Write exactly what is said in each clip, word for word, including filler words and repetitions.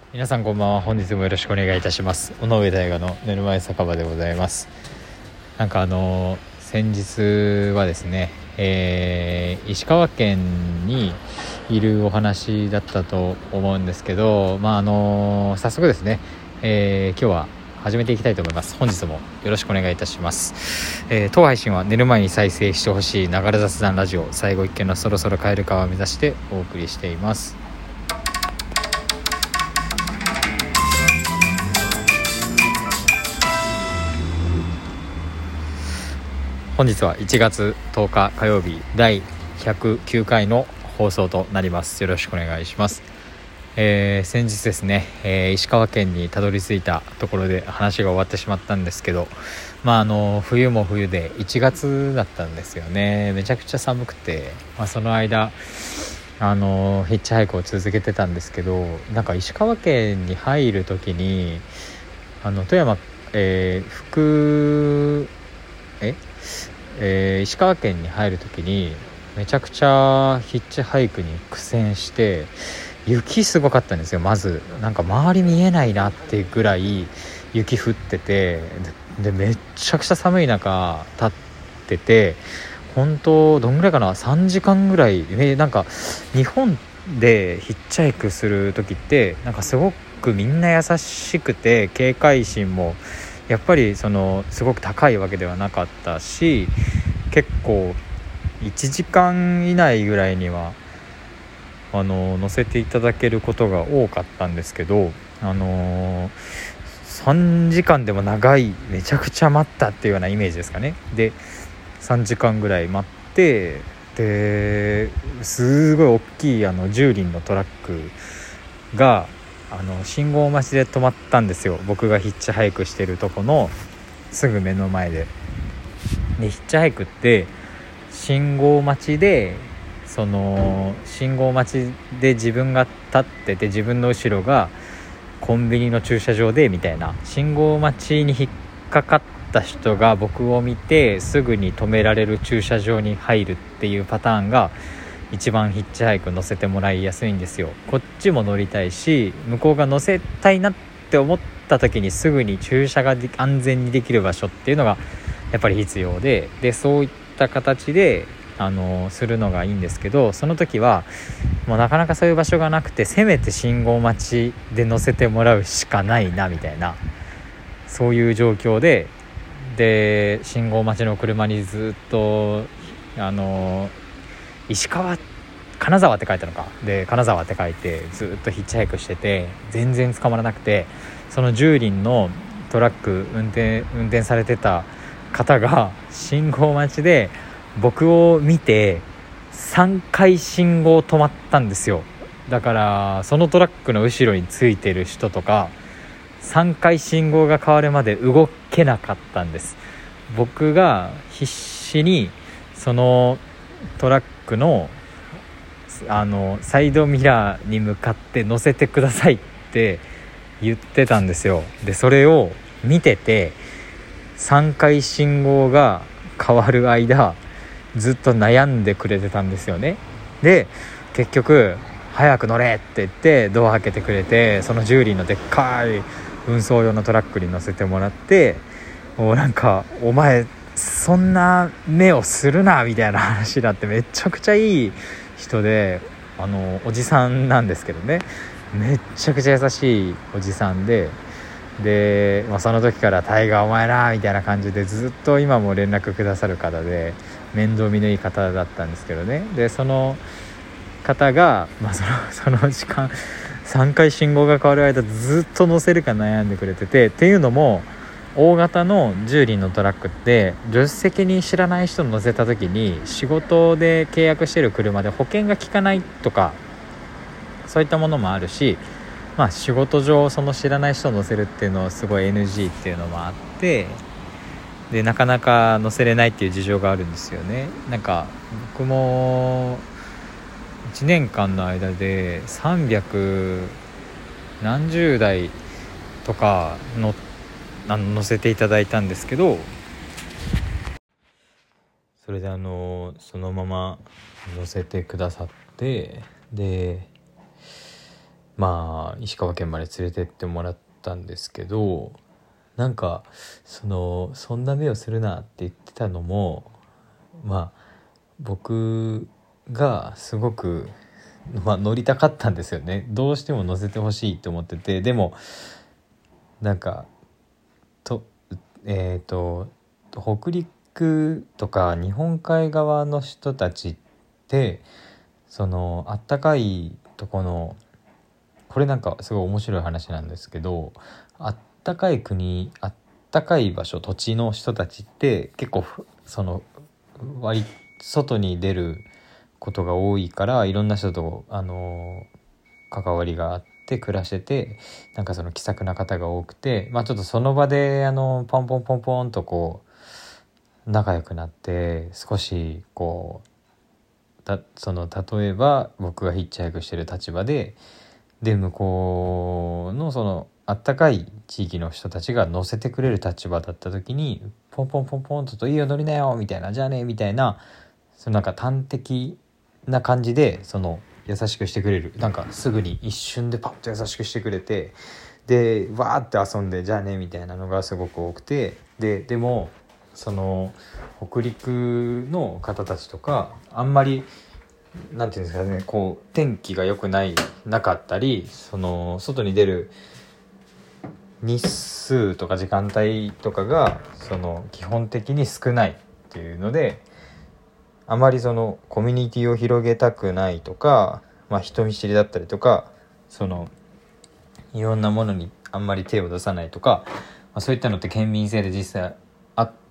皆さんこんばんは。本日もよろしくお願いいたします。尾上大河の寝る前酒場でございます。なんかあの先日はですね、えー、石川県にいるお話だったと思うんですけど、まああの早速ですね、えー、今日は始めていきたいと思います。本日もよろしくお願いいたします。えー、当配信は寝る前に再生してほしいながら雑談ラジオ、最後一見のそろそろ帰るかを目指してお送りしています。本日はいちがつとおか火曜日だいひゃくきゅうかいの放送となります。よろしくお願いします。えー、先日ですね、えー、石川県にたどり着いたところで話が終わってしまったんですけど、まああの冬も冬でいちがつだったんですよね。めちゃくちゃ寒くて、まあ、その間あのヒッチハイクを続けてたんですけど、なんか石川県に入る時にあの富山、えー、福ええー、石川県に入るときにめちゃくちゃヒッチハイクに苦戦して、雪すごかったんですよ。まずなんか周り見えないなっていうぐらい雪降ってて、で、でめっちゃくちゃ寒い中立ってて、本当どんぐらいかな、さんじかんぐらい、えなんか日本でヒッチハイクする時ってなんかすごくみんな優しくて、警戒心もやっぱりそのすごく高いわけではなかったし、結構いちじかん以内ぐらいにはあの乗せていただけることが多かったんですけど、あのさんじかんでも長い、めちゃくちゃ待ったっていうようなイメージですかね。でさんじかんぐらい待って、ですごい大きいあのじゅう輪のトラックがあの信号待ちで止まったんですよ。僕がヒッチハイクしてるとこのすぐ目の前で。でヒッチハイクって信号待ちで、その信号待ちで自分が立ってて、自分の後ろがコンビニの駐車場でみたいな、信号待ちに引っかかった人が僕を見てすぐに止められる駐車場に入るっていうパターンが一番ヒッチハイク乗せてもらいやすいんですよ。こっちも乗りたいし、向こうが乗せたいなって思った時にすぐに駐車が安全にできる場所っていうのがやっぱり必要で、でそういった形であのするのがいいんですけど、その時はもうなかなかそういう場所がなくて、せめて信号待ちで乗せてもらうしかないなみたいな、そういう状況で、で信号待ちの車にずっとあの石川金沢って書いたのかで、金沢って書いてずっとヒッチハイクしてて、全然捕まらなくて、そのじゅう輪のトラック運転運転されてた方が信号待ちで僕を見てさんかい信号止まったんですよ。だからそのトラックの後ろについてる人とかさんかい信号が変わるまで動けなかったんです。僕が必死にそのトラックのあのサイドミラーに向かって乗せてくださいって言ってたんですよ。でそれを見てて、さんかい信号が変わる間ずっと悩んでくれてたんですよね。で結局早く乗れって言ってドア開けてくれて、そのじゅう輪のでっかい運送用のトラックに乗せてもらって、もうなんかお前そんな目をするなみたいな話になって、めちゃくちゃいい人で、あのおじさんなんですけどね、めっちゃくちゃ優しいおじさんで、で、まあ、その時からタイガーお前なみたいな感じでずっと今も連絡くださる方で、面倒見のいい方だったんですけどね。でその方が、まあ、そのその時間さんかい信号が変わる間ずっと乗せるか悩んでくれてて、っていうのも大型のじゅう輪のトラックって助手席に知らない人乗せた時に、仕事で契約してる車で保険が効かないとかそういったものもあるし、まあ仕事上その知らない人を乗せるっていうのはすごい エヌジー っていうのもあって、でなかなか乗せれないっていう事情があるんですよね。なんか僕もいちねんかんの間でさんびゃく何十台とかのあの乗せていただいたんですけど、それであのそのまま乗せてくださって、でまあ石川県まで連れてってもらったんですけど、なんかそのそんな目をするなって言ってたのも、まあ僕がすごく、まあ、乗りたかったんですよね。どうしても乗せてほしいと思ってて、でもなんかとえっ、ー、と北陸とか日本海側の人たちってそのあったかいとこの、これなんかすごい面白い話なんですけど、あったかい国、あったかい場所、土地の人たちって結構その割外に出ることが多いから、いろんな人とあの関わりがあって暮らしてて、なんかその気さくな方が多くて、まあちょっとその場であのポンポンポンポンとこう仲良くなって、少しこうたその例えば僕がヒッチハイクしてる立場でで向こうのそのあったかい地域の人たちが乗せてくれる立場だった時に、ポンポンポンポンといいよ乗りなよみたいな、じゃあねみたいな、そのなんか端的な感じでその優しくしてくれる、なんかすぐに一瞬でパッと優しくしてくれて、でわーって遊んでじゃあねみたいなのがすごく多くて、ででもその北陸の方たちとかあんまりなんていうんですかね、こう天気が良くないなかったり、その外に出る日数とか時間帯とかがその基本的に少ないっていうので、あまりそのコミュニティを広げたくないとか、まあ、人見知りだったりとか、そのいろんなものにあんまり手を出さないとか、まあ、そういったのって県民性で実際あって、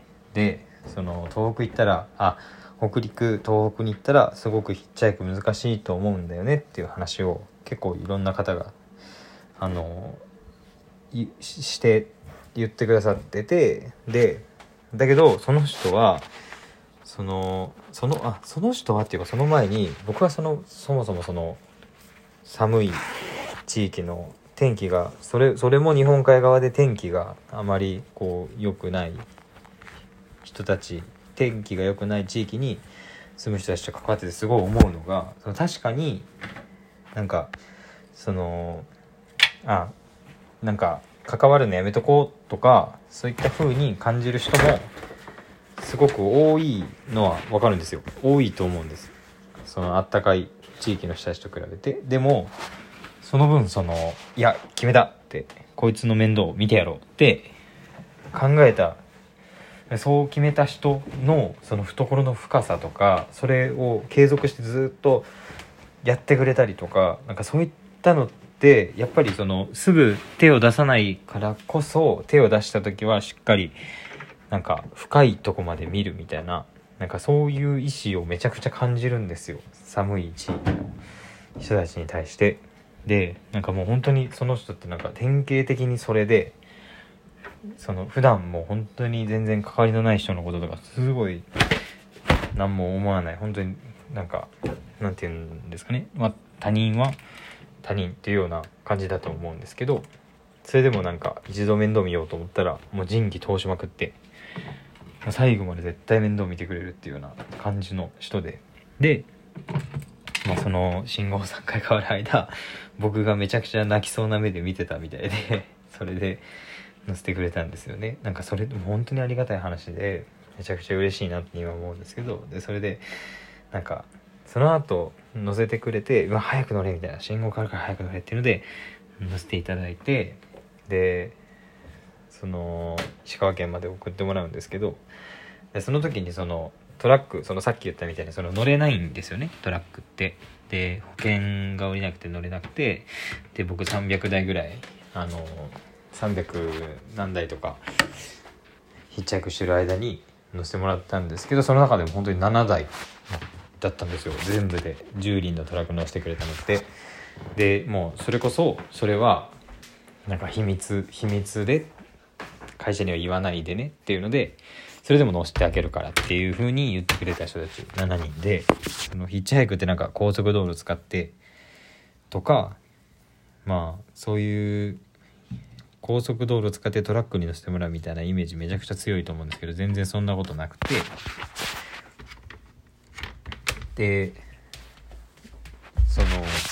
でその東北行ったらあ北陸東北に行ったらすごくヒッチハイク難しいと思うんだよねっていう話を結構いろんな方があのして言ってくださってて、でだけどその人はそのそのあその人はっていうかその前に僕はそのそもそもその寒い地域の天気がそれそれも日本海側で天気があまりこう良くない人たち、天気が良くない地域に住む人たちと関わっててすごい思うのが、その確かになんかそのあなんか関わるのやめとこうとかそういった風に感じる人もすごく多いのは分かるんですよ。多いと思うんです。そのあったかい地域の人たちと比べて。でもその分そのいや決めたってこいつの面倒を見てやろうって考えた、そう決めた人のその懐の深さとか、それを継続してずっとやってくれたりとか、なんかそういったのってやっぱりそのすぐ手を出さないからこそ、手を出した時はしっかりなんか深いとこまで見るみたいな、なんかそういう意志をめちゃくちゃ感じるんですよ、寒い地域の人たちに対して。でなんかもう本当にその人ってなんか典型的にそれで、その普段もう本当に全然関わりのない人のこととかすごい何も思わない、本当になんかなんていうんですかね、まあ他人は他人っていうような感じだと思うんですけど、それでもなんか一度面倒見ようと思ったらもう仁義通しまくって最後まで絶対面倒見てくれるっていうような感じの人で、で、まあ、その信号さんかい変わる間僕がめちゃくちゃ泣きそうな目で見てたみたいでそれで乗せてくれたんですよね。なんかそれも本当にありがたい話でめちゃくちゃ嬉しいなって今思うんですけど、でそれでなんかその後乗せてくれて、うわ早く乗れみたいな、信号変わるから早く乗れっていうので乗せていただいて、でその石川県まで送ってもらうんですけど、でその時にそのトラック、そのさっき言ったみたいにその乗れないんですよね、トラックって。で保険が下りなくて乗れなくて、で僕さんびゃくだいぐらいあのさんびゃくなんだいとかヒッチハイクしてる間に乗せてもらったんですけど、その中でも本当にななだいだったんですよ、全部でじゅう輪のトラック乗せてくれたのって。でもうそれこそそれはなんか秘密秘密で会社には言わないでねっていうので、それでも乗せてあげるからっていう風に言ってくれた人たちしちにんで、そのヒッチハイクってなんか高速道路使ってとか、まあそういう高速道路使ってトラックに乗せてもらうみたいなイメージめちゃくちゃ強いと思うんですけど、全然そんなことなくて、でその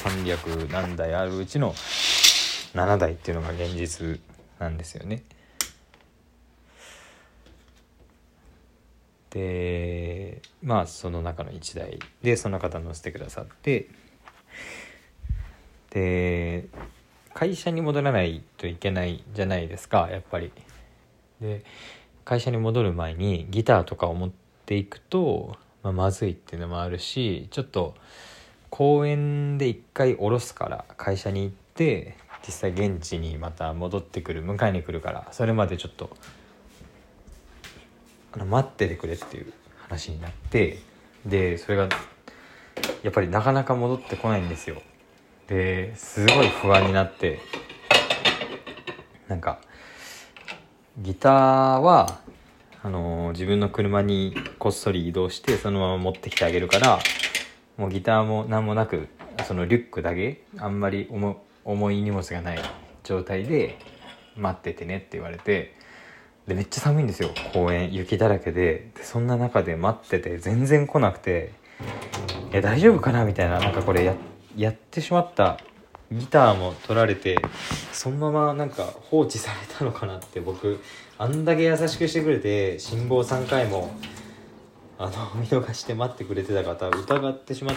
さんびゃくなんだいあるうちのななだいっていうのが現実なんですよね。でまあその中のいちだいでその方乗せてくださって、で会社に戻らないといけないじゃないですか、やっぱり。で会社に戻る前にギターとかを持っていくと、まあ、まずいっていうのもあるし、ちょっと公園で一回降ろすから会社に行って実際現地にまた戻ってくる、迎えに来るから、それまでちょっとあの待っててくれっていう話になって、でそれがやっぱりなかなか戻ってこないんですよ。ですごい不安になって、なんかギターはあのー、自分の車にこっそり移動してそのまま持ってきてあげるから、もうギターも何もなく、そのリュックだけあんまり 重, 重い荷物がない状態で待っててねって言われて、でめっちゃ寒いんですよ、公園雪だらけ で, でそんな中で待ってて全然来なくて、いや大丈夫かなみたいな、なんかこれ や, やってしまった、ギターも取られてそのままなんか放置されたのかなって、僕あんだけ優しくしてくれて信号さんかいもあの見逃して待ってくれてた方疑ってしまって、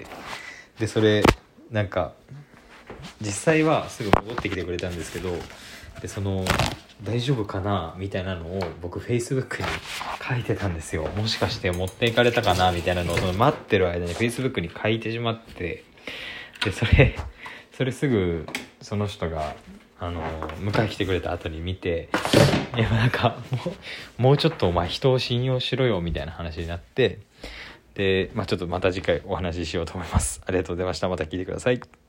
でそれなんか実際はすぐ戻ってきてくれたんですけど、でその大丈夫かなみたいなのを僕 Facebook に書いてたんですよ。もしかして持っていかれたかなみたいなのをその待ってる間に Facebook に書いてしまって、でそれそれすぐその人があの迎え来てくれた後に見て、いやなんかもう、もうちょっとお前人を信用しろよみたいな話になって、で、まあ、ちょっとまた次回お話ししようと思います。ありがとうございました。また聞いてください。